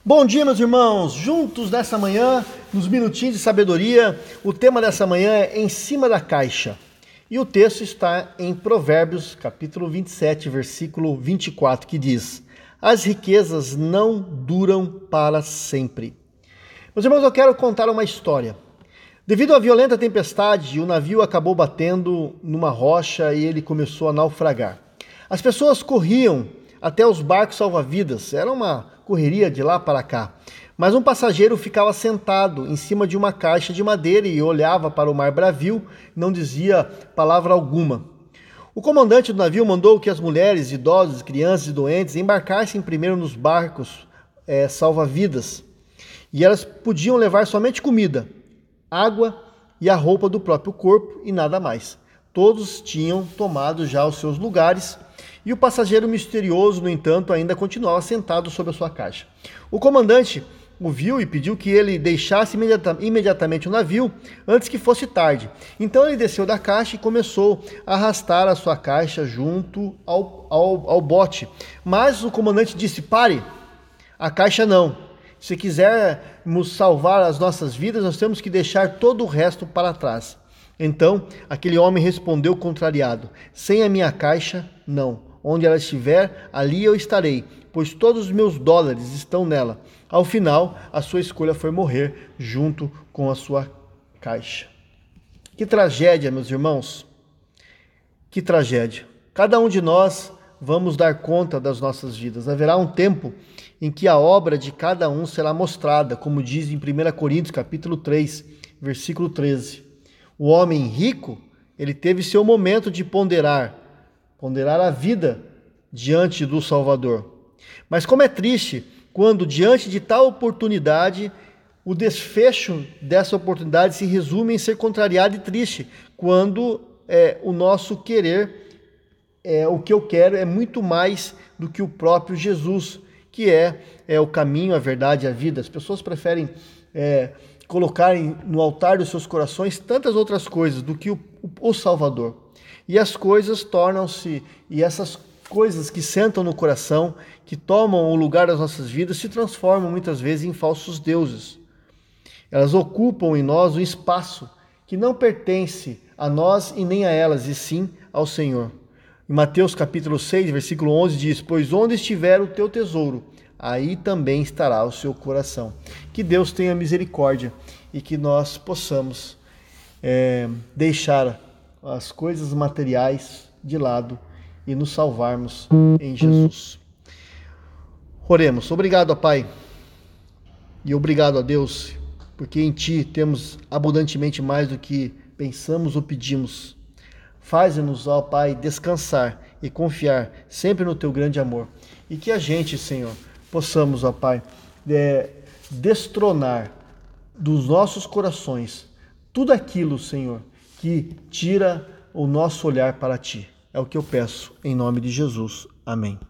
Bom dia, meus irmãos, juntos nessa manhã, nos minutinhos de sabedoria. O tema dessa manhã é Em Cima da Caixa. E o texto está em Provérbios, capítulo 27, versículo 24, que diz: As riquezas não duram para sempre. Meus irmãos, eu quero contar uma história. Devido à violenta tempestade, o navio acabou batendo numa rocha e ele começou a naufragar. As pessoas corriam até os barcos salva-vidas, era uma correria de lá para cá. Mas um passageiro ficava sentado em cima de uma caixa de madeira e olhava para o mar bravio, não dizia palavra alguma. O comandante do navio mandou que as mulheres, idosos, crianças e doentes embarcassem primeiro nos barcos salva-vidas. E elas podiam levar somente comida, água e a roupa do próprio corpo e nada mais. Todos tinham tomado já os seus lugares e o passageiro misterioso, no entanto, ainda continuava sentado sobre a sua caixa. O comandante o viu e pediu que ele deixasse imediatamente o navio antes que fosse tarde. Então ele desceu da caixa e começou a arrastar a sua caixa junto ao bote. Mas o comandante disse: pare, a caixa não. Se quisermos salvar as nossas vidas, nós temos que deixar todo o resto para trás. Então, aquele homem respondeu contrariado: sem a minha caixa, não. Onde ela estiver, ali eu estarei, pois todos os meus dólares estão nela. Ao final, a sua escolha foi morrer junto com a sua caixa. Que tragédia, meus irmãos. Que tragédia. Cada um de nós vamos dar conta das nossas vidas. Haverá um tempo em que a obra de cada um será mostrada, como diz em 1 Coríntios, capítulo 3, versículo 13. O homem rico, ele teve seu momento de ponderar a vida diante do Salvador. Mas como é triste quando, diante de tal oportunidade, o desfecho dessa oportunidade se resume em ser contrariado e triste, quando o nosso querer, o que eu quero, é muito mais do que o próprio Jesus, que é o caminho, a verdade e a vida. As pessoas preferem colocarem no altar dos seus corações tantas outras coisas do que o Salvador. E as coisas tornam-se, e essas coisas que sentam no coração, que tomam o lugar das nossas vidas, se transformam muitas vezes em falsos deuses. Elas ocupam em nós um espaço que não pertence a nós e nem a elas, e sim ao Senhor. Em Mateus capítulo 6, versículo 11 diz: Pois onde estiver o teu tesouro, aí também estará o seu coração. Que Deus tenha misericórdia e que nós possamos deixar as coisas materiais de lado e nos salvarmos em Jesus. Oremos. Obrigado, ó Pai, e obrigado a Deus, porque em Ti temos abundantemente mais do que pensamos ou pedimos. Faz-nos, ó Pai, descansar e confiar sempre no Teu grande amor. E que a gente, Senhor, possamos, ó Pai, destronar dos nossos corações tudo aquilo, Senhor, que tira o nosso olhar para Ti. É o que eu peço, em nome de Jesus. Amém.